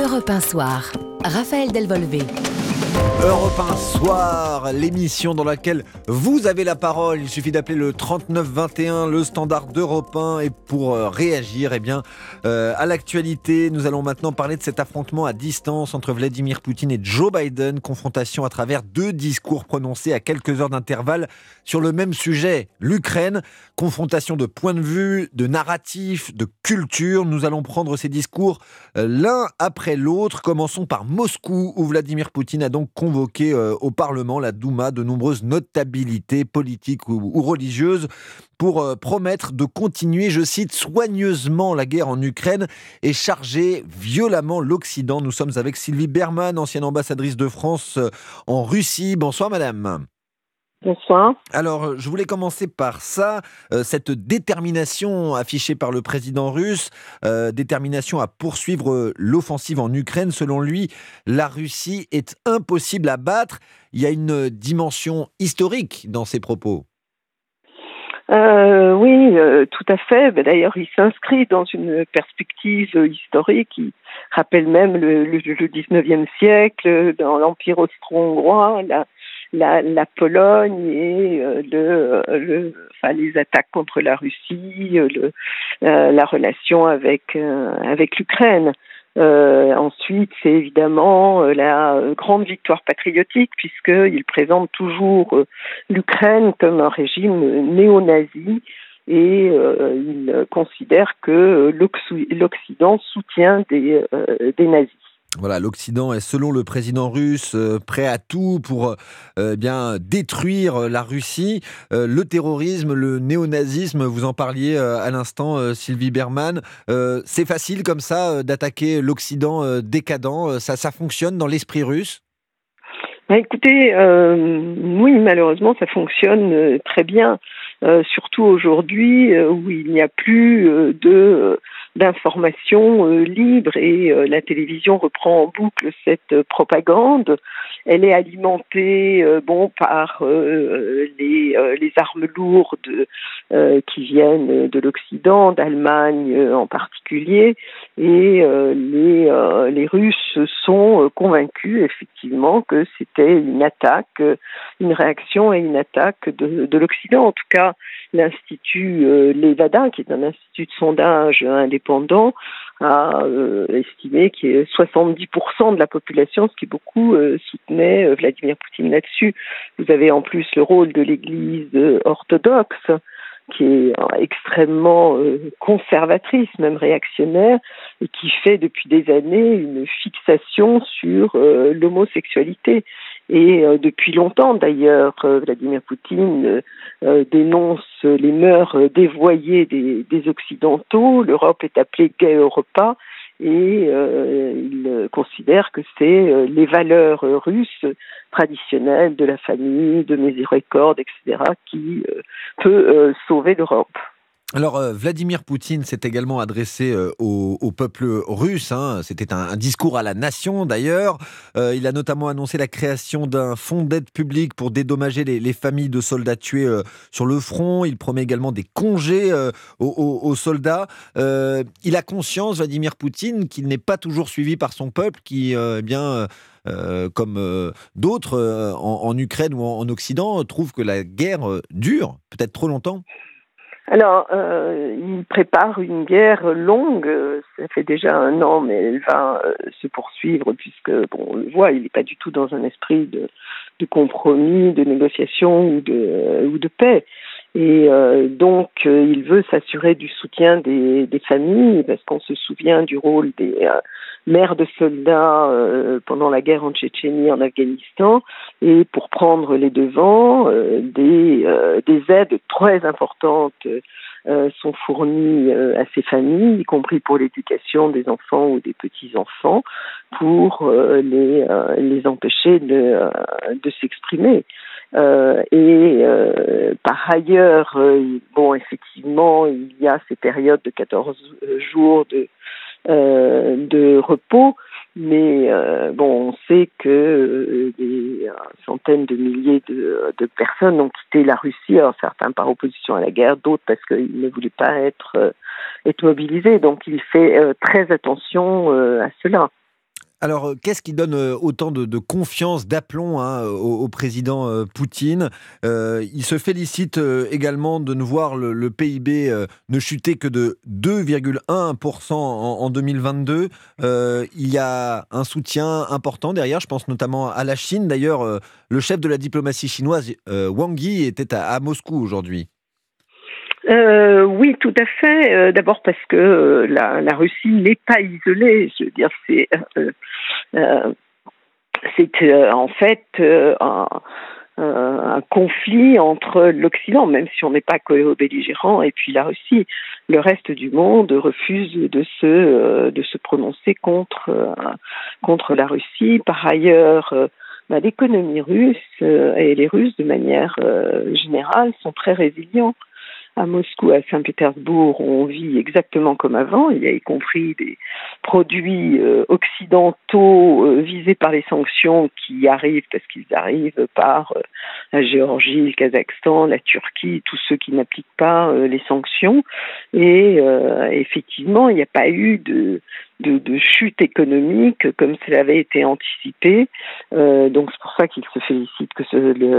Europe 1 Soir, Raphaël Delvolvé. Europe 1 Soir, l'émission dans laquelle vous avez la parole. Il suffit d'appeler le 3921, le standard d'Europe 1. Et pour réagir à l'actualité, nous allons maintenant parler de cet affrontement à distance entre Vladimir Poutine et Joe Biden. Confrontation à travers deux discours prononcés à quelques heures d'intervalle sur le même sujet, l'Ukraine. Confrontation de points de vue, de narratifs, de culture. Nous allons prendre ces discours l'un après l'autre. Commençons par Moscou, où Vladimir Poutine a donc convoqué au Parlement, la Douma, de nombreuses notabilités politiques ou religieuses pour promettre de continuer, je cite, soigneusement la guerre en Ukraine et charger violemment l'Occident. Nous sommes avec Sylvie Bermann, ancienne ambassadrice de France en Russie. Bonsoir madame. Bonsoir. Alors, je voulais commencer par ça, cette détermination affichée par le président russe, détermination à poursuivre l'offensive en Ukraine. Selon lui, la Russie est impossible à battre. Il y a une dimension historique dans ses propos. Oui, tout à fait. D'ailleurs, il s'inscrit dans une perspective historique qui rappelle même le 19e siècle, dans l'Empire austro-hongrois, la Pologne et les attaques contre la Russie, la relation avec l'Ukraine. Ensuite, c'est évidemment la grande victoire patriotique, puisqu'il présente toujours l'Ukraine comme un régime néo-nazi et il considère que l'Occident soutient des nazis. Voilà, l'Occident est, selon le président russe, prêt à tout pour détruire la Russie. Le terrorisme, le néonazisme, vous en parliez à l'instant, Sylvie Bermann. C'est facile comme ça d'attaquer l'Occident décadent. Ça fonctionne dans l'esprit russe ? Écoutez, oui, malheureusement, ça fonctionne très bien. Surtout aujourd'hui où il n'y a plus d'informations libres et la télévision reprend en boucle cette propagande. Elle est alimentée par les armes lourdes qui viennent de l'Occident, d'Allemagne en particulier, et les Russes sont convaincus effectivement que c'était une réaction et une attaque de l'Occident. En tout cas, l'Institut Levada, qui est un institut de sondage indépendant, a estimé que 70% de la population, ce qui est beaucoup, soutenait Vladimir Poutine là-dessus. Vous avez en plus le rôle de l'Église orthodoxe, qui est extrêmement conservatrice, même réactionnaire, et qui fait depuis des années une fixation sur l'homosexualité. Et depuis longtemps, d'ailleurs, Vladimir Poutine dénonce les mœurs dévoyées des Occidentaux. L'Europe est appelée Gay Europa, et il considère que c'est les valeurs russes traditionnelles de la famille, de miséricorde, etc., qui peut sauver l'Europe. Alors, Vladimir Poutine s'est également adressé au peuple russe. C'était un discours à la nation, d'ailleurs. Il a notamment annoncé la création d'un fonds d'aide publique pour dédommager les familles de soldats tués sur le front. Il promet également des congés aux soldats. Il a conscience, Vladimir Poutine, qu'il n'est pas toujours suivi par son peuple, qui, comme d'autres en Ukraine ou en Occident, trouve que la guerre dure peut-être trop longtemps. Alors, il prépare une guerre longue, ça fait déjà 1 an, mais elle va se poursuivre puisque, on le voit, il n'est pas du tout dans un esprit de compromis, de négociation ou de paix. Et donc, il veut s'assurer du soutien des familles, parce qu'on se souvient du rôle des mères de soldats pendant la guerre en Tchétchénie, en Afghanistan, et pour prendre les devants, des aides très importantes sont fournies à ces familles, y compris pour l'éducation des enfants ou des petits-enfants, pour les empêcher de s'exprimer. Par ailleurs, effectivement, il y a ces périodes de 14 jours de repos, mais on sait que des centaines de milliers de personnes ont quitté la Russie, alors certains par opposition à la guerre, d'autres parce qu'ils ne voulaient pas être mobilisés. Donc il fait très attention à cela. Alors, qu'est-ce qui donne autant de confiance, d'aplomb au président Poutine? Il se félicite également de ne voir le PIB ne chuter que de 2,1% en 2022. Il y a un soutien important derrière, je pense notamment à la Chine. D'ailleurs, le chef de la diplomatie chinoise, Wang Yi, était à Moscou aujourd'hui. Oui, tout à fait. D'abord parce que la Russie n'est pas isolée. Je veux dire, euh, c'est en fait un conflit entre l'Occident, même si on n'est pas co-belligérant, et puis la Russie. Le reste du monde refuse de se prononcer contre la Russie. Par ailleurs, l'économie russe et les Russes, de manière générale, sont très résilients. À Moscou, à Saint-Pétersbourg, on vit exactement comme avant. Il y a y compris des produits occidentaux visés par les sanctions qui arrivent parce qu'ils arrivent par la Géorgie, le Kazakhstan, la Turquie, tous ceux qui n'appliquent pas les sanctions. Et effectivement, il n'y a pas eu de chute économique comme cela avait été anticipé. Donc c'est pour ça qu'il se félicite que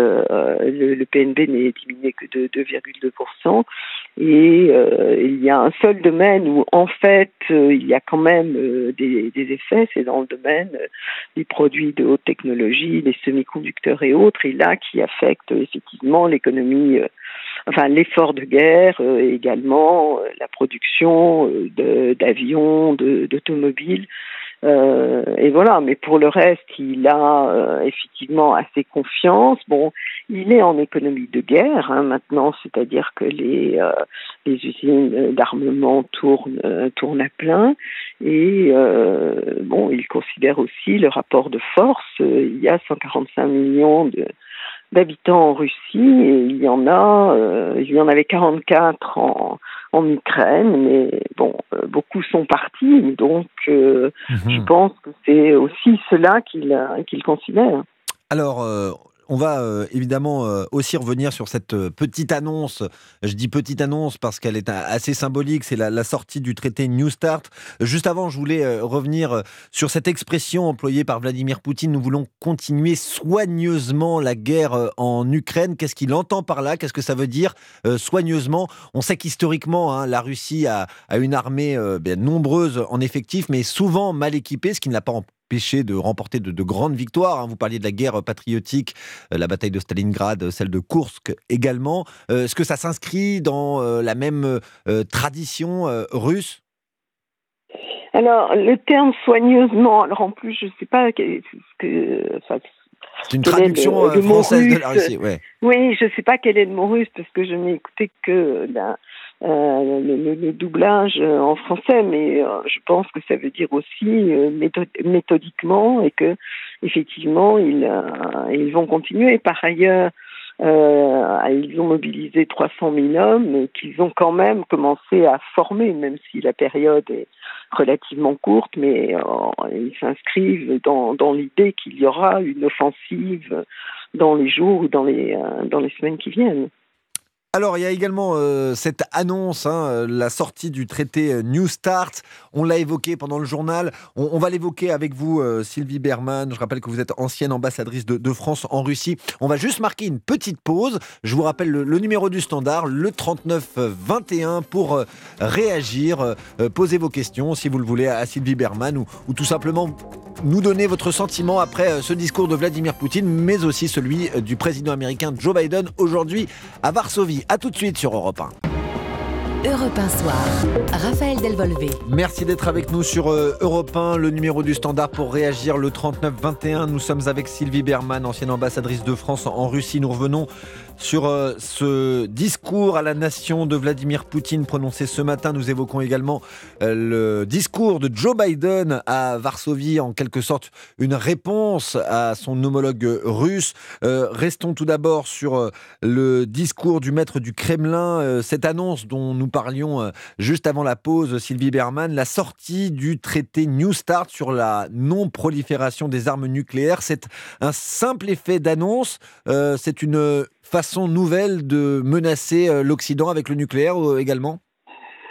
le PNB n'ait diminué que de 2,2%. Et il y a un seul domaine où en fait il y a quand même des effets, c'est dans le domaine des produits de haute technologie, des semi-conducteurs et autres, et là qui affectent effectivement l'économie, l'effort de guerre, également la production d'avions, d'automobiles. Et voilà, mais pour le reste, il a effectivement assez confiance. Bon, il est en économie de guerre maintenant, c'est-à-dire que les usines d'armement tournent à plein. Et il considère aussi le rapport de force. Il y a 145 millions d'habitants en Russie et il y en avait 44 en Ukraine, mais beaucoup sont partis, donc je pense que c'est aussi cela qu'il considère. Alors, on va évidemment aussi revenir sur cette petite annonce. Je dis petite annonce parce qu'elle est assez symbolique. C'est la sortie du traité New Start. Juste avant, je voulais revenir sur cette expression employée par Vladimir Poutine. Nous voulons continuer soigneusement la guerre en Ukraine. Qu'est-ce qu'il entend par là? Qu'est-ce que ça veut dire soigneusement? On sait qu'historiquement, la Russie a une armée nombreuse en effectif, mais souvent mal équipée, ce qui ne l'a pas empêché de remporter de grandes victoires. Vous parliez de la guerre patriotique, la bataille de Stalingrad, celle de Koursk également. Est-ce que ça s'inscrit dans la même tradition russe? Alors, le terme soigneusement, alors en plus, je ne sais pas c'est une traduction française de la Russie, ouais. Oui, je ne sais pas quel est le mot russe parce que je n'ai écouté que le doublage en français, mais je pense que ça veut dire aussi méthodiquement et que effectivement ils vont continuer. Par ailleurs, ils ont mobilisé 300 000 hommes qu'ils ont quand même commencé à former, même si la période est relativement courte, mais ils s'inscrivent dans l'idée qu'il y aura une offensive dans les jours ou dans les semaines qui viennent. Alors, il y a également cette annonce, la sortie du traité New Start. On l'a évoqué pendant le journal. On va l'évoquer avec vous, Sylvie Bermann. Je rappelle que vous êtes ancienne ambassadrice de France en Russie. On va juste marquer une petite pause. Je vous rappelle le numéro du standard, le 3921, pour réagir. Posez vos questions, si vous le voulez, à Sylvie Bermann ou tout simplement nous donner votre sentiment après ce discours de Vladimir Poutine, mais aussi celui du président américain Joe Biden aujourd'hui à Varsovie. A tout de suite sur Europe 1. Europe 1 Soir, Raphaël Delvolvé. Merci d'être avec nous sur Europe 1, le numéro du standard pour réagir, le 3921. Nous sommes avec Sylvie Bermann, ancienne ambassadrice de France en Russie. Nous revenons sur ce discours à la nation de Vladimir Poutine prononcé ce matin. Nous évoquons également le discours de Joe Biden à Varsovie, en quelque sorte une réponse à son homologue russe. Restons tout d'abord sur le discours du maître du Kremlin, cette annonce dont nous parlions juste avant la pause, Sylvie Bermann, la sortie du traité New Start sur la non-prolifération des armes nucléaires. C'est un simple effet d'annonce, c'est une façon nouvelle de menacer l'Occident avec le nucléaire également?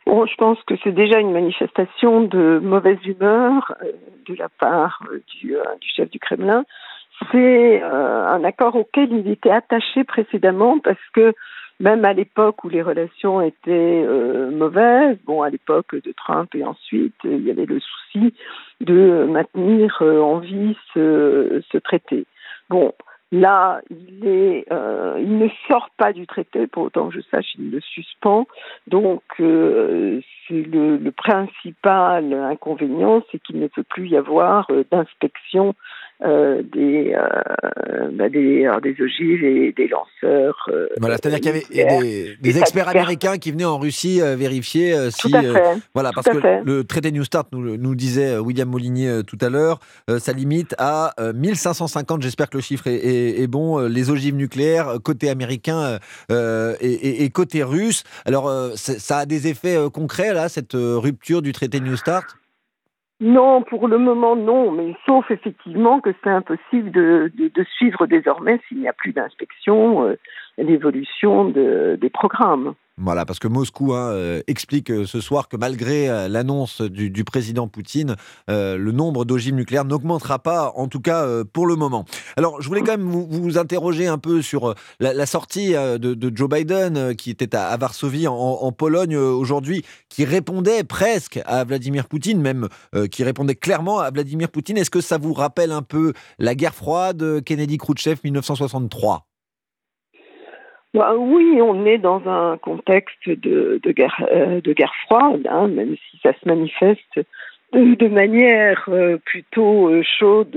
Bon, je pense que c'est déjà une manifestation de mauvaise humeur de la part du chef du Kremlin. C'est un accord auquel il était attaché précédemment parce que même à l'époque où les relations étaient mauvaises, bon, à l'époque de Trump et ensuite, il y avait le souci de maintenir en vie ce traité. Bon, là, il ne sort pas du traité, pour autant que je sache, il le suspend. Donc, c'est le principal inconvénient, c'est qu'il ne peut plus y avoir d'inspection des ogives et des lanceurs. Voilà, c'est-à-dire qu'il y avait des experts américains qui venaient en Russie vérifier Tout si... à fait. voilà, parce que le traité New Start, nous disait William Molinier tout à l'heure, ça limite à 1550, j'espère que le chiffre est bon, les ogives nucléaires côté américain et côté russe. Alors, ça a des effets concrets, là, cette rupture du traité New Start ? Non, pour le moment, non, mais sauf effectivement que c'est impossible de suivre désormais s'il n'y a plus d'inspection l'évolution des programmes. Voilà, parce que Moscou explique ce soir que malgré l'annonce du président Poutine, le nombre d'ogives nucléaires n'augmentera pas, en tout cas pour le moment. Alors, je voulais quand même vous interroger un peu sur la sortie de Joe Biden, qui était à Varsovie, en Pologne aujourd'hui, qui répondait presque à Vladimir Poutine, même qui répondait clairement à Vladimir Poutine. Est-ce que ça vous rappelle un peu la guerre froide, Kennedy-Khrouchtchev, 1963 ? Oui, on est dans un contexte de guerre froide, hein, même si ça se manifeste de manière plutôt chaude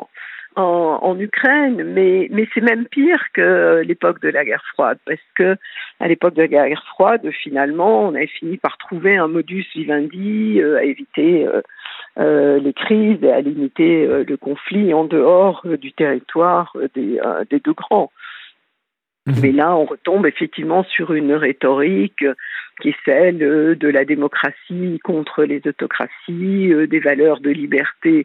en Ukraine, mais c'est même pire que l'époque de la guerre froide, parce que à l'époque de la guerre froide, finalement, on avait fini par trouver un modus vivendi à éviter les crises et à limiter le conflit en dehors du territoire des deux grands. Mais là, on retombe effectivement sur une rhétorique qui est celle de la démocratie contre les autocraties, des valeurs de liberté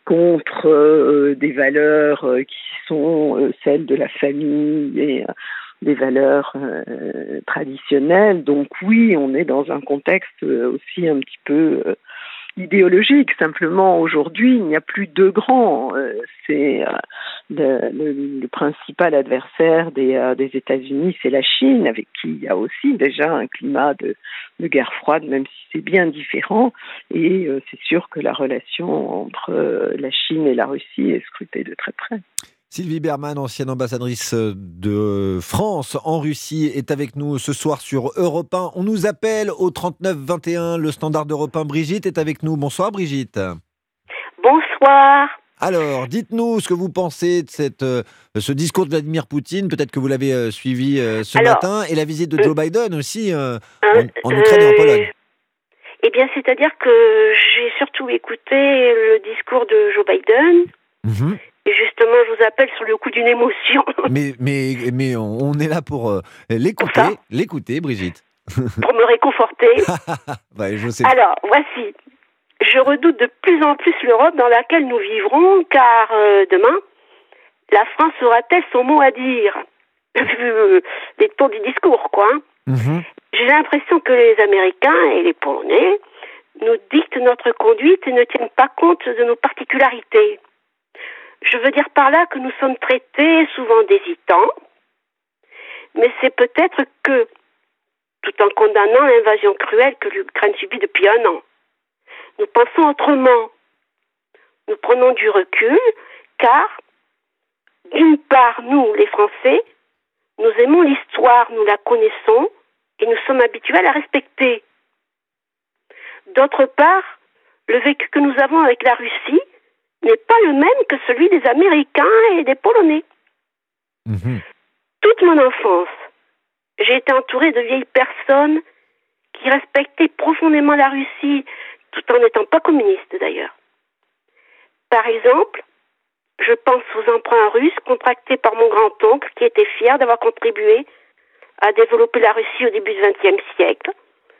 contre des valeurs qui sont celles de la famille et des valeurs traditionnelles. Donc oui, on est dans un contexte aussi un petit peu idéologique. Simplement, aujourd'hui, il n'y a plus deux grands. C'est le principal adversaire des États-Unis, c'est la Chine, avec qui il y a aussi déjà un climat de guerre froide, même si c'est bien différent. Et c'est sûr que la relation entre la Chine et la Russie est scrutée de très près. Sylvie Bermann, ancienne ambassadrice de France en Russie, est avec nous ce soir sur Europe 1. On nous appelle au 39 21, le standard d'Europe 1. Brigitte est avec nous. Bonsoir Brigitte. Bonsoir. Alors, dites-nous ce que vous pensez de ce discours de Vladimir Poutine. Peut-être que vous l'avez suivi ce matin. Et la visite de Joe Biden aussi en Ukraine et en Pologne. Eh bien, c'est-à-dire que j'ai surtout écouté le discours de Joe Biden. Mm-hmm. Et justement, je vous appelle sur le coup d'une émotion. Mais on est là pour l'écouter, Brigitte. Pour me réconforter. Ouais, je sais. Alors, voici. Je redoute de plus en plus l'Europe dans laquelle nous vivrons, car demain, la France aura-t-elle son mot à dire ? Vu les tons du discours, quoi. Mm-hmm. J'ai l'impression que les Américains et les Polonais nous dictent notre conduite et ne tiennent pas compte de nos particularités. Je veux dire par là que nous sommes traités souvent d'hésitants, mais c'est peut-être que, tout en condamnant l'invasion cruelle que l'Ukraine subit depuis 1 an, nous pensons autrement. Nous prenons du recul, car, d'une part, nous, les Français, nous aimons l'histoire, nous la connaissons, et nous sommes habitués à la respecter. D'autre part, le vécu que nous avons avec la Russie n'est pas le même que celui des Américains et des Polonais. Mmh. Toute mon enfance, j'ai été entourée de vieilles personnes qui respectaient profondément la Russie, tout en n'étant pas communistes d'ailleurs. Par exemple, je pense aux emprunts russes contractés par mon grand-oncle qui était fier d'avoir contribué à développer la Russie au début du XXe siècle.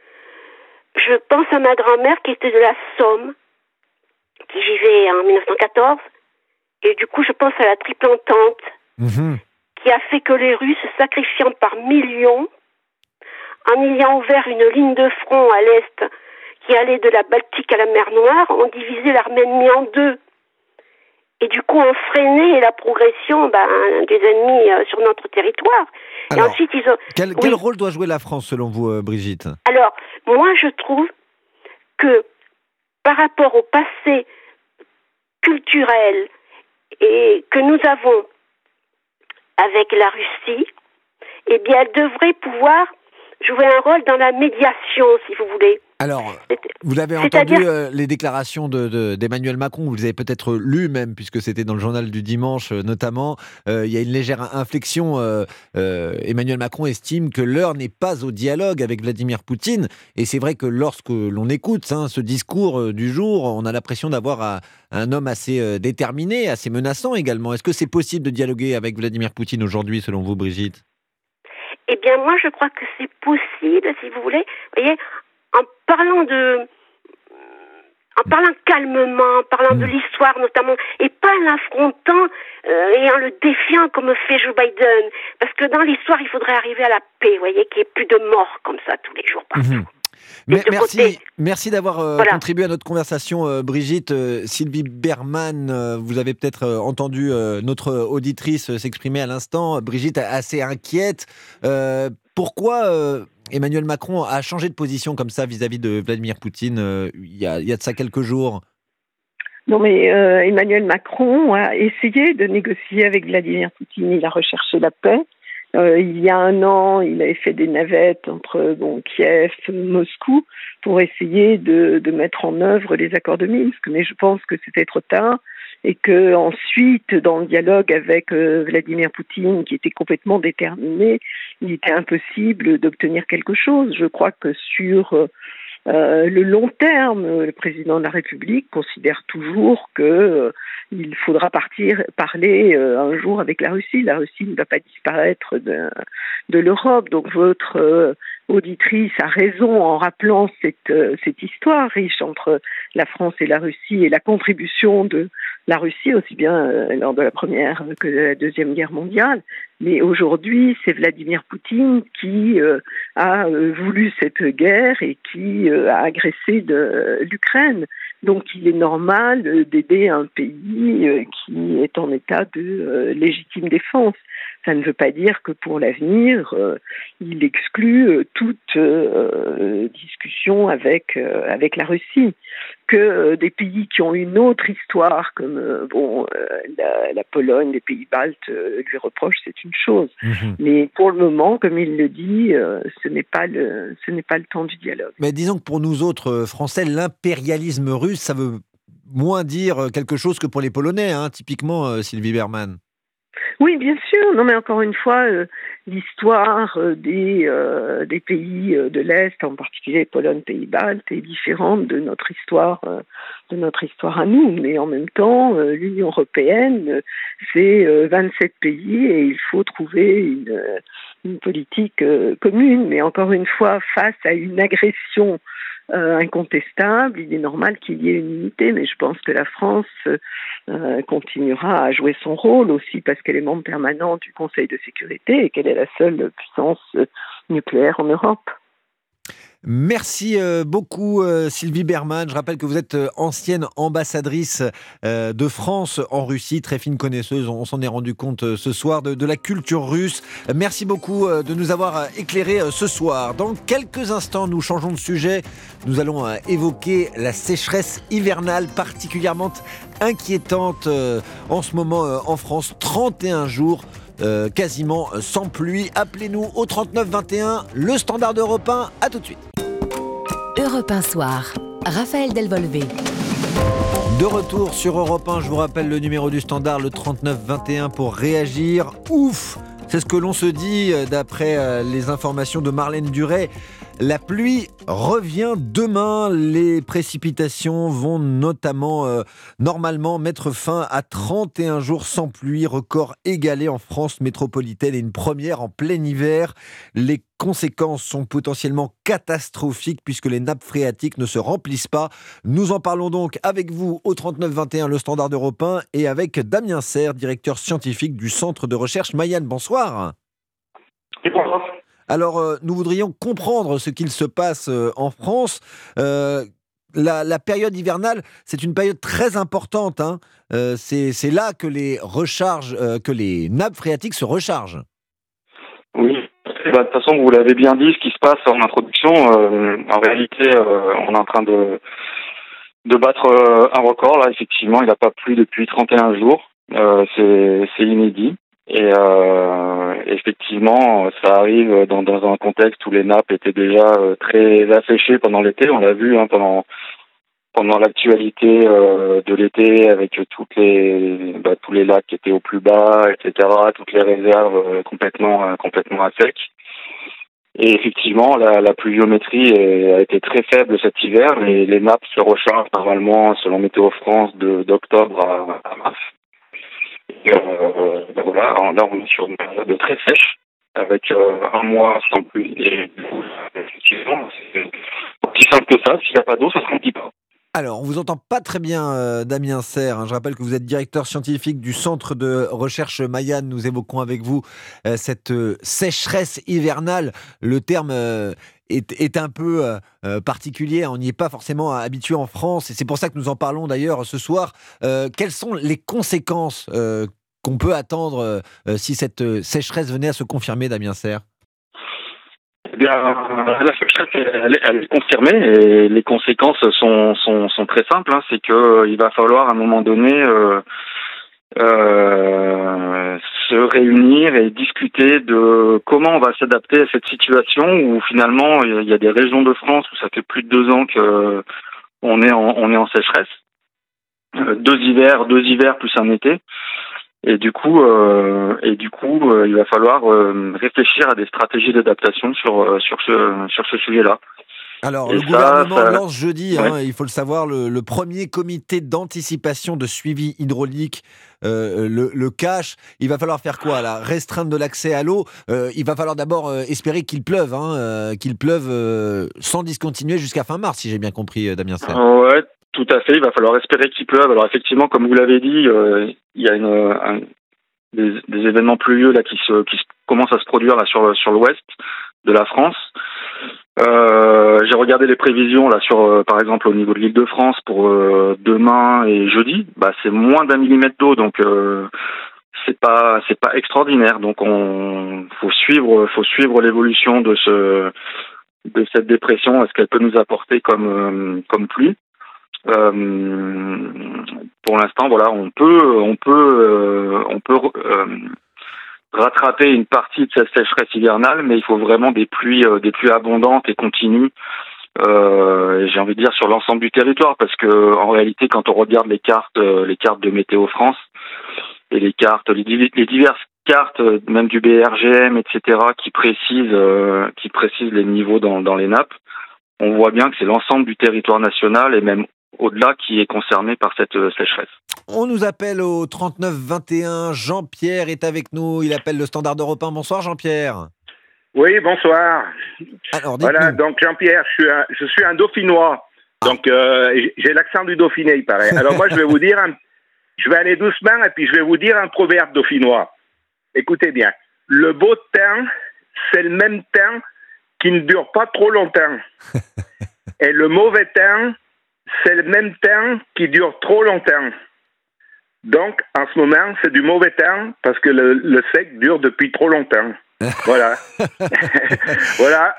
Je pense à ma grand-mère qui était de la Somme, qui vivait en 1914, et du coup je pense à la triple entente qui a fait que les Russes, sacrifiant par millions, en ayant ouvert une ligne de front à l'est qui allait de la Baltique à la mer Noire, ont divisé l'armée ennemie en deux. Et du coup, ont freiné la progression des ennemis sur notre territoire. Alors, et ensuite, ils ont... Quel rôle doit jouer la France, selon vous, Brigitte ? Alors, moi, je trouve que par rapport au passé culturel et que nous avons avec la Russie, eh bien, elle devrait pouvoir jouer un rôle dans la médiation, si vous voulez. Alors, vous avez entendu les déclarations d'Emmanuel Macron, vous les avez peut-être lues même, puisque c'était dans le journal du dimanche notamment. Il y a une légère inflexion. Emmanuel Macron estime que l'heure n'est pas au dialogue avec Vladimir Poutine. Et c'est vrai que lorsque l'on écoute ce discours du jour, on a l'impression d'avoir un homme assez déterminé, assez menaçant également. Est-ce que c'est possible de dialoguer avec Vladimir Poutine aujourd'hui, selon vous, Brigitte ? Eh bien, moi, je crois que c'est possible, si vous voulez. Vous voyez, en parlant calmement, en parlant de l'histoire notamment, et pas en l'affrontant et en le défiant comme fait Joe Biden. Parce que dans l'histoire, il faudrait arriver à la paix, vous voyez, qu'il n'y ait plus de morts comme ça tous les jours partout. Merci d'avoir contribué à notre conversation, Brigitte. Sylvie Bermann, vous avez peut-être entendu notre auditrice s'exprimer à l'instant. Brigitte, assez inquiète. Pourquoi Emmanuel Macron a changé de position comme ça vis-à-vis de Vladimir Poutine il y a de ça quelques jours ? Non, mais Emmanuel Macron a essayé de négocier avec Vladimir Poutine. Il a recherché la paix. Il y a un an, il avait fait des navettes entre Kiev, Moscou, pour essayer de mettre en œuvre les accords de Minsk. Mais je pense que c'était trop tard et que ensuite, dans le dialogue avec Vladimir Poutine, qui était complètement déterminé, il était impossible d'obtenir quelque chose. Je crois que sur le long terme, le président de la République considère toujours que il faudra parler un jour avec la Russie. La Russie ne va pas disparaître de l'Europe. Donc votre auditrice a raison en rappelant cette histoire riche entre la France et la Russie et la contribution de la Russie, aussi bien lors de la Première que de la Deuxième Guerre mondiale. Mais aujourd'hui, c'est Vladimir Poutine qui a voulu cette guerre et qui a agressé l'Ukraine. Donc il est normal d'aider un pays qui est en état de légitime défense. Ça ne veut pas dire que pour l'avenir, il exclut toute discussion avec la Russie. Que des pays qui ont une autre histoire, comme la Pologne, les pays baltes, lui reprochent, c'est une chose. Mais pour le moment, comme il le dit, ce n'est pas le temps du dialogue. Mais disons que pour nous autres Français, l'impérialisme russe, ça veut moins dire quelque chose que pour les Polonais, typiquement, Sylvie Bermann. Oui, bien sûr. Non, mais encore une fois, l'histoire des pays de l'Est, en particulier Pologne, Pays-Baltes, est différente de notre histoire à nous. Mais en même temps, l'Union européenne, c'est 27 pays et il faut trouver une politique commune. Mais encore une fois, face à une agression incontestable, il est normal qu'il y ait une unité, mais je pense que la France continuera à jouer son rôle aussi parce qu'elle est membre permanent du Conseil de sécurité et qu'elle est la seule puissance nucléaire en Europe. Merci beaucoup Sylvie Bermann. Je rappelle que vous êtes ancienne ambassadrice de France en Russie, très fine connaisseuse, on s'en est rendu compte ce soir, de la culture russe. Merci beaucoup de nous avoir éclairé ce soir. Dans quelques instants, nous changeons de sujet. Nous allons évoquer la sécheresse hivernale particulièrement inquiétante en ce moment en France. 31 jours quasiment sans pluie. Appelez-nous au 39 21, le standard d'Europe 1. À tout de suite. Europe 1 Soir, Raphaël Delvolvé. De retour sur Europe 1, je vous rappelle le numéro du standard, le 39 21 pour réagir. Ouf, c'est ce que l'on se dit d'après les informations de Marlène Duret. La pluie revient demain. Les précipitations vont notamment, normalement, mettre fin à 31 jours sans pluie, record égalé en France métropolitaine et une première en plein hiver. Les conséquences sont potentiellement catastrophiques puisque les nappes phréatiques ne se remplissent pas. Nous en parlons donc avec vous au 39 21, le standard d'Europe 1, et avec Damien Serre, directeur scientifique du centre de recherche Mayenne. Bonsoir. Et bonsoir. Alors, nous voudrions comprendre ce qu'il se passe en France. La période hivernale, c'est une période très importante. Hein. C'est là que que les nappes phréatiques se rechargent. Oui. De toute façon, vous l'avez bien dit, ce qui se passe en introduction, en réalité, on est en train de battre un record. Là, effectivement, il n'a pas plu depuis 31 jours. C'est inédit. Et effectivement, ça arrive dans un contexte où les nappes étaient déjà très asséchées pendant l'été. On l'a vu pendant l'actualité de l'été, avec tous les lacs qui étaient au plus bas, etc., toutes les réserves complètement à sec. Et effectivement, la pluviométrie a été très faible cet hiver. Les nappes se rechargent normalement, selon Météo France, d'octobre à mars. Et voilà, là on est sur une période très sèche, avec un mois sans pluie. Et effectivement, c'est aussi simple que ça. S'il n'y a pas d'eau, ça sera un petit peu. Alors, on vous entend pas très bien, Damien Serre. Hein. Je rappelle que vous êtes directeur scientifique du Centre de recherche Mayane. Nous évoquons avec vous cette sécheresse hivernale. Le terme est un peu particulier. On n'y est pas forcément habitué en France. Et c'est pour ça que nous en parlons d'ailleurs ce soir. Quelles sont les conséquences qu'on peut attendre si cette sécheresse venait à se confirmer, Damien Serre ? Eh bien, la sécheresse, elle est confirmée et les conséquences sont très simples. Hein. C'est que il va falloir à un moment donné se réunir et discuter de comment on va s'adapter à cette situation où finalement il y a des régions de France où ça fait plus de 2 ans que on est en sécheresse. 2 hivers plus un été. Et du coup, il va falloir réfléchir à des stratégies d'adaptation sur ce sujet-là. Alors, et le gouvernement lance jeudi, ouais. Il faut le savoir, le premier comité d'anticipation de suivi hydraulique, le CACH. Il va falloir faire quoi là ? Restreindre de l'accès à l'eau. Il va falloir d'abord espérer qu'il pleuve, sans discontinuer jusqu'à fin mars, si j'ai bien compris, Damien Serre. Ouais. Tout à fait, il va falloir espérer qu'il pleuve. Alors effectivement, comme vous l'avez dit, il y a des événements pluvieux là qui commencent à se produire là sur l'ouest de la France. J'ai regardé les prévisions là par exemple au niveau de l'Île-de-France pour demain et jeudi. C'est moins d'1 millimètre d'eau, donc c'est pas extraordinaire. Donc faut suivre l'évolution de cette dépression. Est-ce qu'elle peut nous apporter comme pluie? Pour l'instant, voilà, on peut rattraper une partie de cette sécheresse hivernale, mais il faut vraiment des pluies abondantes et continues. J'ai envie de dire sur l'ensemble du territoire, parce que en réalité, quand on regarde les cartes de Météo France et les diverses cartes, même du BRGM, etc., qui précisent les niveaux dans les nappes, on voit bien que c'est l'ensemble du territoire national et même au-delà qui est concerné par cette sécheresse. On nous appelle au 39 21. Jean-Pierre est avec nous. Il appelle le Standard d'Europe 1. Bonsoir Jean-Pierre. Oui, bonsoir. Alors, voilà, donc Jean-Pierre, je suis un Dauphinois. Donc j'ai l'accent du Dauphiné, il paraît. Alors moi, je vais aller doucement et puis je vais vous dire un proverbe dauphinois. Écoutez bien. Le beau temps, c'est le même temps qui ne dure pas trop longtemps. Et le mauvais temps, c'est le même temps qui dure trop longtemps. Donc, en ce moment, c'est du mauvais temps parce que le sec dure depuis trop longtemps. Voilà. Voilà.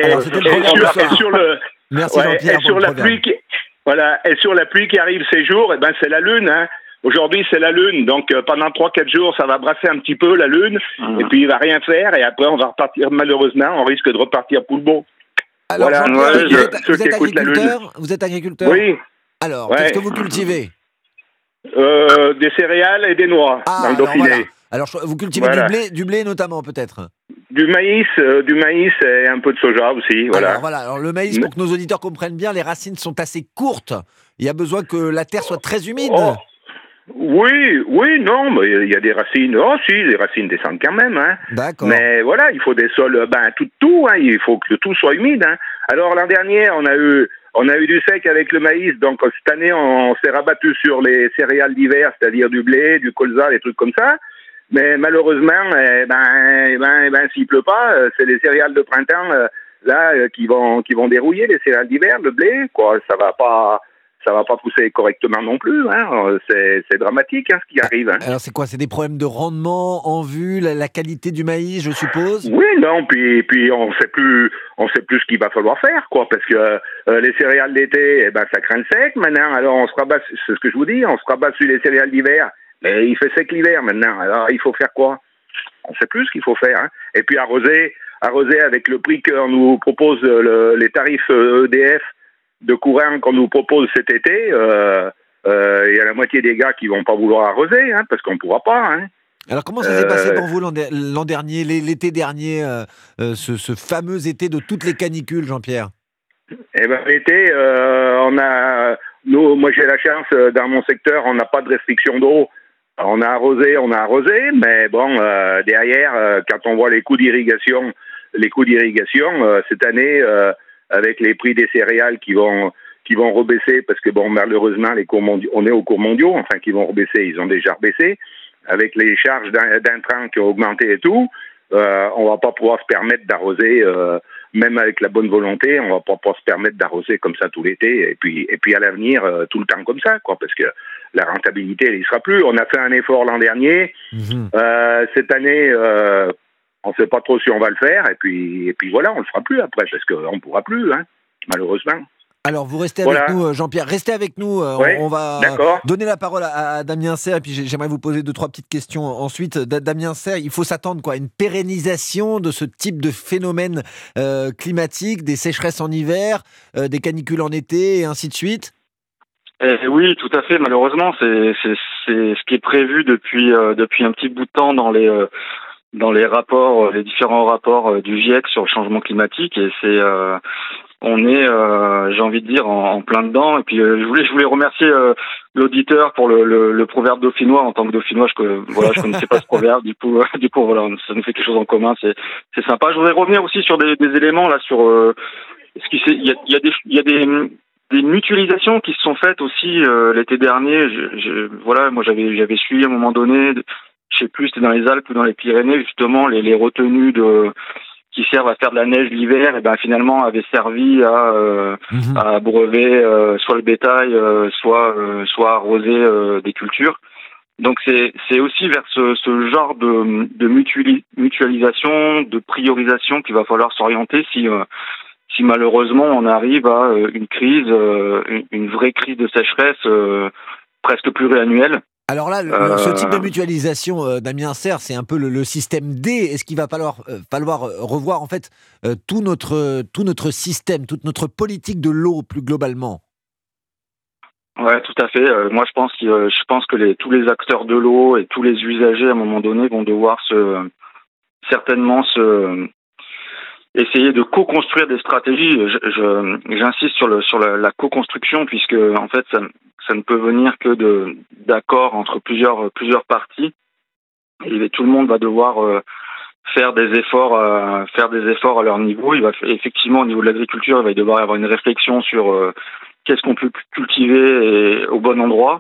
Merci Jean-Pierre. Et sur la pluie qui arrive ces jours, c'est la Lune. Hein. Aujourd'hui, c'est la Lune. Donc, pendant 3-4 jours, ça va brasser un petit peu la Lune. Et puis, il va rien faire. Et après, on va repartir, malheureusement, on risque de repartir pour le beau. Alors, voilà, vous êtes agriculteur ? Vous êtes agriculteur ? Oui. Alors, qu'est-ce que vous cultivez ? Des céréales et des noix dans le Dauphiné. Voilà. Alors, vous cultivez du blé notamment, peut-être ? Du maïs et un peu de soja aussi, voilà. Alors le maïs, pour que nos auditeurs comprennent bien, les racines sont assez courtes. Il y a besoin que la terre soit très humide. Oui, non, mais il y a des racines. Oh, si, les racines descendent quand même, hein. D'accord. Mais voilà, il faut des sols, tout, hein. Il faut que tout soit humide, hein. Alors l'an dernier, on a eu du sec avec le maïs, donc cette année, on s'est rabattu sur les céréales d'hiver, c'est-à-dire du blé, du colza, des trucs comme ça. Mais malheureusement, s'il pleut pas, c'est les céréales de printemps qui vont dérouiller les céréales d'hiver, le blé, quoi. Ça va pas pousser correctement non plus. Hein. C'est dramatique ce qui arrive. Hein. Alors c'est quoi? C'est des problèmes de rendement en vue, la qualité du maïs, je suppose? Oui, non, puis on sait plus ce qu'il va falloir faire, quoi, parce que les céréales d'été, ça craint le sec maintenant. Alors on se rabat, c'est ce que je vous dis, on se rabat sur les céréales d'hiver. Mais il fait sec l'hiver maintenant. Alors il faut faire quoi? On sait plus ce qu'il faut faire. Hein. Et puis arroser avec le prix qu'on nous propose, les tarifs EDF de courant qu'on nous propose cet été, il y a la moitié des gars qui vont pas vouloir arroser, parce qu'on pourra pas. Hein. Alors comment ça s'est passé pour vous l'an dernier, l'été dernier, ce fameux été de toutes les canicules, Jean-Pierre? Eh ben l'été, moi j'ai la chance, dans mon secteur, on n'a pas de restriction d'eau. On a arrosé, mais bon, derrière, quand on voit les coûts d'irrigation, cette année, avec les prix des céréales qui vont rebaisser, parce que bon, malheureusement, on est aux cours mondiaux, qui vont rebaisser, ils ont déjà rebaissé, avec les charges d'intrants qui ont augmenté et tout, on va pas pouvoir se permettre d'arroser, même avec la bonne volonté, on va pas pouvoir se permettre d'arroser comme ça tout l'été, et puis à l'avenir, tout le temps comme ça, quoi, parce que la rentabilité, elle y sera plus. On a fait un effort l'an dernier. Cette année, on ne sait pas trop si on va le faire. Et puis voilà, on ne le fera plus après, parce qu'on ne pourra plus, malheureusement. Alors, vous restez avec nous, Jean-Pierre. Restez avec nous. Oui, on va donner la parole à Damien Serre. Et puis, j'aimerais vous poser 2-3 petites questions ensuite. Damien Serre, il faut s'attendre à une pérennisation de ce type de phénomène climatique, des sécheresses en hiver, des canicules en été, et ainsi de suite? Oui, tout à fait. Malheureusement, c'est ce qui est prévu depuis un petit bout de temps dans les rapports, les différents rapports du GIEC sur le changement climatique. Et on est, j'ai envie de dire, en plein dedans. Et puis je voulais remercier l'auditeur pour le proverbe dauphinois. En tant que dauphinois, je connaissais pas ce proverbe. Du coup, voilà, ça nous fait quelque chose en commun. C'est sympa. Je voudrais revenir aussi sur des éléments là sur il y a des mutualisations qui se sont faites aussi l'été dernier. Moi j'avais suivi à un moment donné, je sais plus, c'était dans les Alpes ou dans les Pyrénées, justement les retenues qui servent à faire de la neige l'hiver, et finalement avaient servi à abreuver soit le bétail, soit arroser des cultures. Donc c'est aussi vers ce genre de mutualisation, de priorisation qu'il va falloir s'orienter si malheureusement on arrive à une crise, une vraie crise de sécheresse presque pluriannuelle. Alors là, ce type de mutualisation, Damien Serre, c'est un peu le système D. Est-ce qu'il va falloir revoir en fait tout notre système, toute notre politique de l'eau plus globalement? Ouais, tout à fait. Moi, je pense que tous les acteurs de l'eau et tous les usagers à un moment donné vont devoir certainement essayer de co-construire des stratégies. J'insiste sur la co-construction, puisque en fait ça ne peut venir que d'accords entre plusieurs parties. Et tout le monde va devoir faire des efforts à leur niveau. Effectivement, au niveau de l'agriculture, il va devoir y avoir une réflexion sur qu'est-ce qu'on peut cultiver au bon endroit.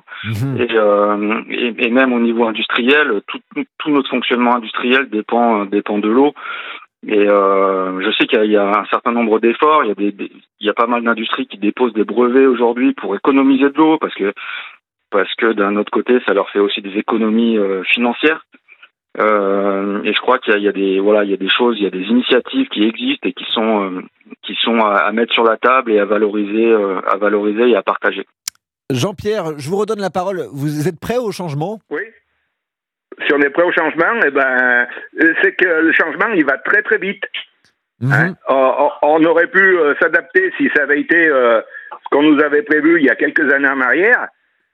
Et même au niveau industriel, tout notre fonctionnement industriel dépend de l'eau. Et je sais qu'il y a un certain nombre d'efforts. Il y a pas mal d'industries qui déposent des brevets aujourd'hui pour économiser de l'eau, parce que d'un autre côté, ça leur fait aussi des économies financières. Et je crois qu'il y a des choses, il y a des initiatives qui existent et qui sont à mettre sur la table et à valoriser et à partager. Jean-Pierre, je vous redonne la parole. Vous êtes prêt au changement? Oui. Si on est prêt au changement, c'est que le changement, il va très très vite. On aurait pu s'adapter si ça avait été ce qu'on nous avait prévu il y a quelques années en arrière,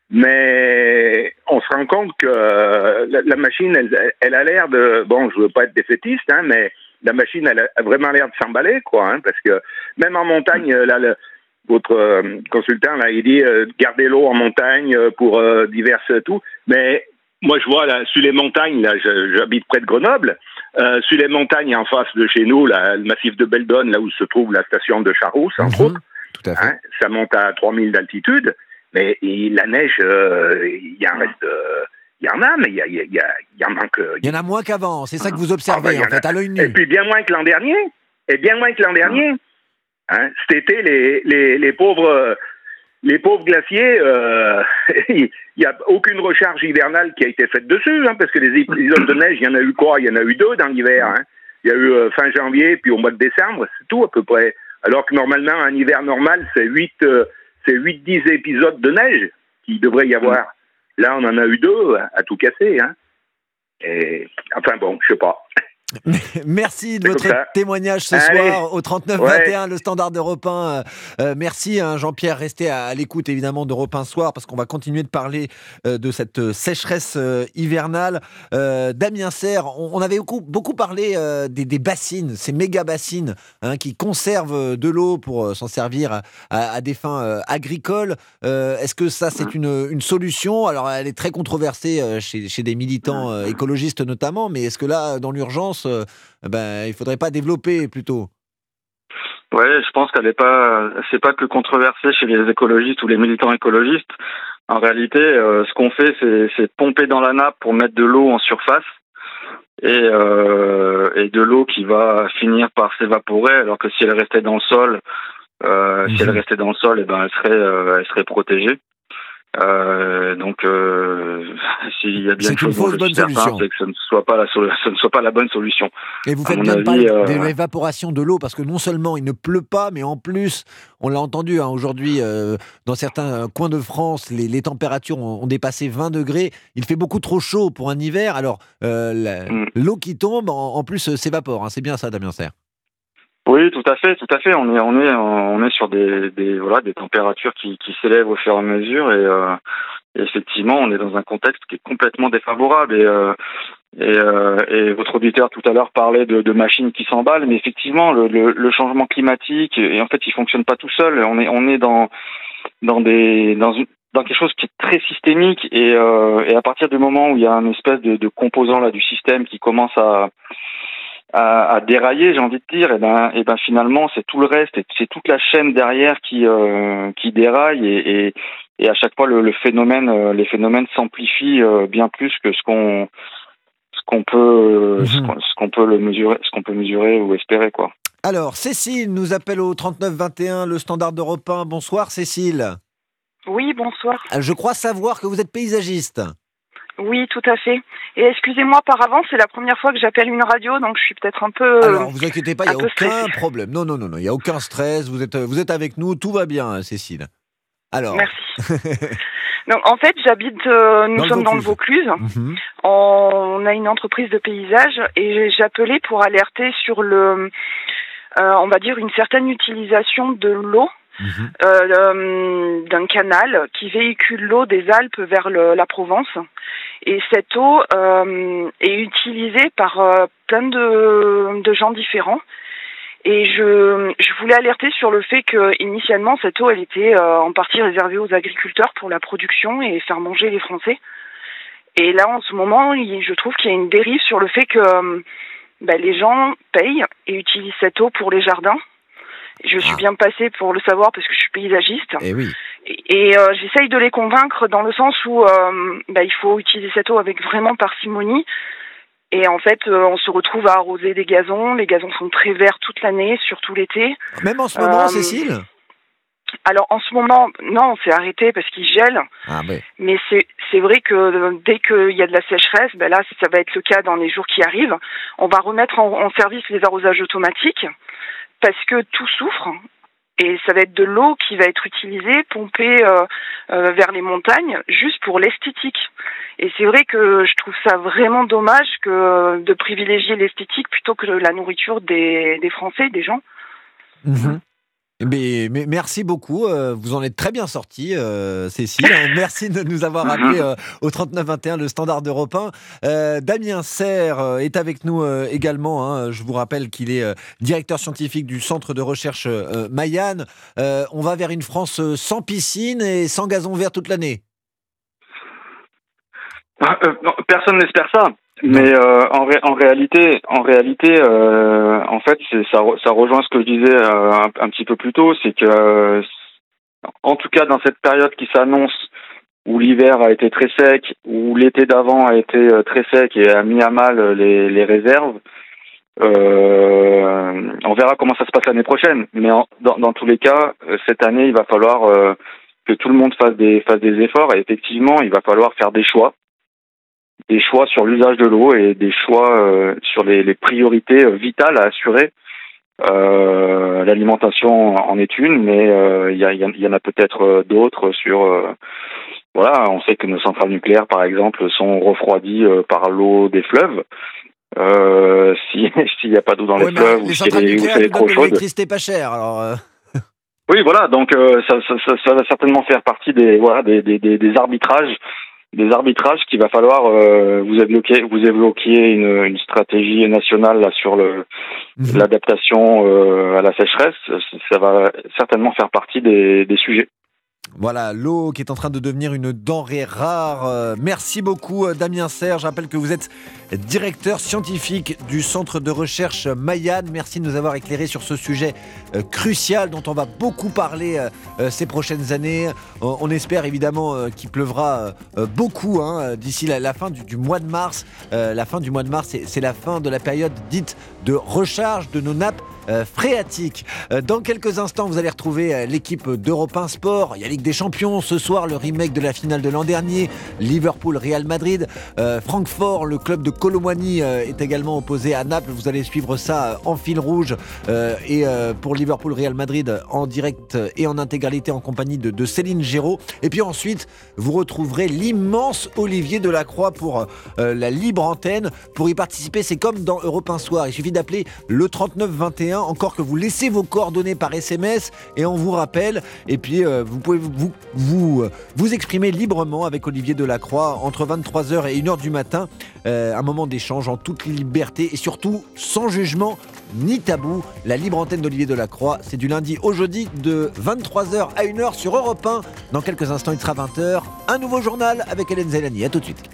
mais on se rend compte que la machine, elle a l'air de... Bon, je veux pas être défaitiste, mais la machine, elle a vraiment l'air de s'emballer, quoi, parce que même en montagne, votre consultant, là, il dit garder l'eau en montagne pour diverses tout, mais... Moi, je vois là, sur les montagnes, là, j'habite près de Grenoble, sur les montagnes en face de chez nous, là, le massif de Beldonne, là où se trouve la station de Charrousse, entre autres, tout à fait. Ça monte à 3000 d'altitude, mais la neige, il Il y en a, mais il en manque. Il y en a moins qu'avant, c'est ça que vous observez, en fait, à l'œil nu. Et puis bien moins que l'an dernier. Hein, cet été, les pauvres glaciers, il n'y a aucune recharge hivernale qui a été faite dessus, hein, parce que les épisodes de neige, il y en a eu quoi? Il y en a eu 2 dans l'hiver. Hein. Il y a eu fin janvier, puis au mois de décembre, c'est tout à peu près. Alors que normalement, un hiver normal, c'est 8-10 épisodes de neige qu'il devrait y avoir. Là, on en a eu 2 à tout casser. Hein. Et, enfin bon, je sais pas. Merci de votre témoignage ce soir au 39-21, le Standard d'Europe 1. Merci Jean-Pierre, restez à l'écoute évidemment d'Europe 1 Soir parce qu'on va continuer de parler de cette sécheresse hivernale. Damien Serre, on avait beaucoup parlé des bassines, ces méga bassines qui conservent de l'eau pour s'en servir à des fins agricoles. Est-ce que ça c'est une solution? Alors elle est très controversée chez des militants écologistes notamment, mais est-ce que là dans l'urgence il faudrait pas développer plutôt? Ouais, je pense c'est pas que controversé chez les écologistes ou les militants écologistes. En réalité, ce qu'on fait, c'est pomper dans la nappe pour mettre de l'eau en surface et de l'eau qui va finir par s'évaporer, alors que si elle restait dans le sol, elle serait protégée. Donc, s'il y a bien une chose dont je suis certain, c'est que ce ne soit pas la bonne solution. Et vous faites bien de parler de l'évaporation de l'eau, parce que non seulement il ne pleut pas, mais en plus, on l'a entendu aujourd'hui, dans certains coins de France, les températures ont dépassé 20 degrés. Il fait beaucoup trop chaud pour un hiver. Alors, l'eau qui tombe, en plus, s'évapore. Hein. C'est bien ça, Damien Serre. Oui, tout à fait. On est sur des températures qui s'élèvent au fur et à mesure et effectivement, on est dans un contexte qui est complètement défavorable et votre auditeur tout à l'heure parlait de machines qui s'emballent, mais effectivement, le changement climatique, et en fait, il fonctionne pas tout seul. On est dans quelque chose qui est très systémique et à partir du moment où il y a une espèce de composant là du système qui commence à dérailler, j'ai envie de dire, et ben finalement c'est tout le reste, et c'est toute la chaîne derrière qui déraille et à chaque fois les phénomènes s'amplifient bien plus que ce qu'on peut mesurer ou espérer, quoi. Alors Cécile nous appelle au 39-21, le Standard d'Europe 1. Bonsoir Cécile. Oui, bonsoir. Je crois savoir que vous êtes paysagiste. Oui, tout à fait. Et excusez-moi par avance, c'est la première fois que j'appelle une radio, donc je suis peut-être un peu... Alors, vous inquiétez pas, il n'y a aucun problème. Non, il n'y a aucun stress. Vous êtes avec nous, tout va bien, Cécile. Alors... Merci. Donc, en fait, nous sommes dans le Vaucluse. Mm-hmm. On a une entreprise de paysage et j'appelais pour alerter sur on va dire, une certaine utilisation de l'eau. D'un canal qui véhicule l'eau des Alpes vers la Provence, et cette eau est utilisée par plein de gens différents, et je voulais alerter sur le fait que initialement cette eau elle était en partie réservée aux agriculteurs pour la production et faire manger les Français, et là en ce moment je trouve qu'il y a une dérive sur le fait que les gens payent et utilisent cette eau pour les jardins. Je suis bien passée pour le savoir parce que je suis paysagiste. Et oui. Et j'essaye de les convaincre dans le sens où il faut utiliser cette eau avec vraiment parcimonie. Et en fait, on se retrouve à arroser des gazons. Les gazons sont très verts toute l'année, surtout l'été. Même en ce moment, Cécile ? Alors en ce moment, non, c'est arrêté parce qu'il gèle. Ah, mais c'est vrai que dès qu'il y a de la sécheresse, là ça va être le cas dans les jours qui arrivent. On va remettre en service les arrosages automatiques. Parce que tout souffre, et ça va être de l'eau qui va être utilisée, pompée vers les montagnes, juste pour l'esthétique. Et c'est vrai que je trouve ça vraiment dommage de privilégier l'esthétique plutôt que la nourriture des Français, des gens. Mmh. Mais merci beaucoup, vous en êtes très bien sorti, Cécile. Merci de nous avoir appelé au 39-21, le Standard d'Europe 1. Damien Serre est avec nous également. Je vous rappelle qu'il est directeur scientifique du centre de recherche Mayan. On va vers une France sans piscine et sans gazon vert toute l'année. Non, personne n'espère ça. Mais en réalité, en fait, ça rejoint ce que je disais un petit peu plus tôt, c'est que, en tout cas, dans cette période qui s'annonce, où l'hiver a été très sec, où l'été d'avant a été très sec et a mis à mal les réserves. On verra comment ça se passe l'année prochaine. Mais dans tous les cas, cette année, il va falloir que tout le monde fasse des efforts. Et effectivement, il va falloir faire des choix sur l'usage de l'eau et des choix sur les priorités vitales à assurer. L'alimentation en est une, mais il y en a peut-être d'autres sur... voilà, on sait que nos centrales nucléaires, par exemple, sont refroidies par l'eau des fleuves. S'il n'y a pas d'eau dans les fleuves, ou si elle est trop chaude. L'électricité pas chère, alors. Oui, voilà, donc ça va certainement faire partie des arbitrages. Des arbitrages qu'il va falloir. Vous évoquiez une stratégie nationale là sur l'adaptation à la sécheresse. Ça va certainement faire partie des sujets. Voilà, l'eau qui est en train de devenir une denrée rare. Merci beaucoup Damien Serre. Je rappelle que vous êtes directeur scientifique du centre de recherche Mayan. Merci de nous avoir éclairé sur ce sujet crucial dont on va beaucoup parler ces prochaines années. On espère évidemment qu'il pleuvra beaucoup d'ici la fin du mois de mars. La fin du mois de mars, c'est la fin de la période dite de recharge de nos nappes phréatique. Dans quelques instants, vous allez retrouver l'équipe d'Europe 1 Sport. Il y a Ligue des Champions. Ce soir, le remake de la finale de l'an dernier. Liverpool-Real Madrid. Francfort, le club de Kolo Muani est également opposé à Naples. Vous allez suivre ça en fil rouge. Et pour Liverpool-Real Madrid, en direct et en intégralité en compagnie de Céline Géraud. Et puis ensuite, vous retrouverez l'immense Olivier Delacroix pour la libre antenne. Pour y participer, c'est comme dans Europe 1 Soir. Il suffit d'appeler le 3921. Encore que vous laissez vos coordonnées par SMS et on vous rappelle. Et puis vous pouvez vous exprimer librement avec Olivier Delacroix entre 23h et 1h du matin. Un moment d'échange en toute liberté et surtout sans jugement ni tabou. La libre antenne d'Olivier Delacroix, c'est du lundi au jeudi de 23h à 1h sur Europe 1. Dans quelques instants, il sera 20h. Un nouveau journal avec Hélène Zelani. À tout de suite.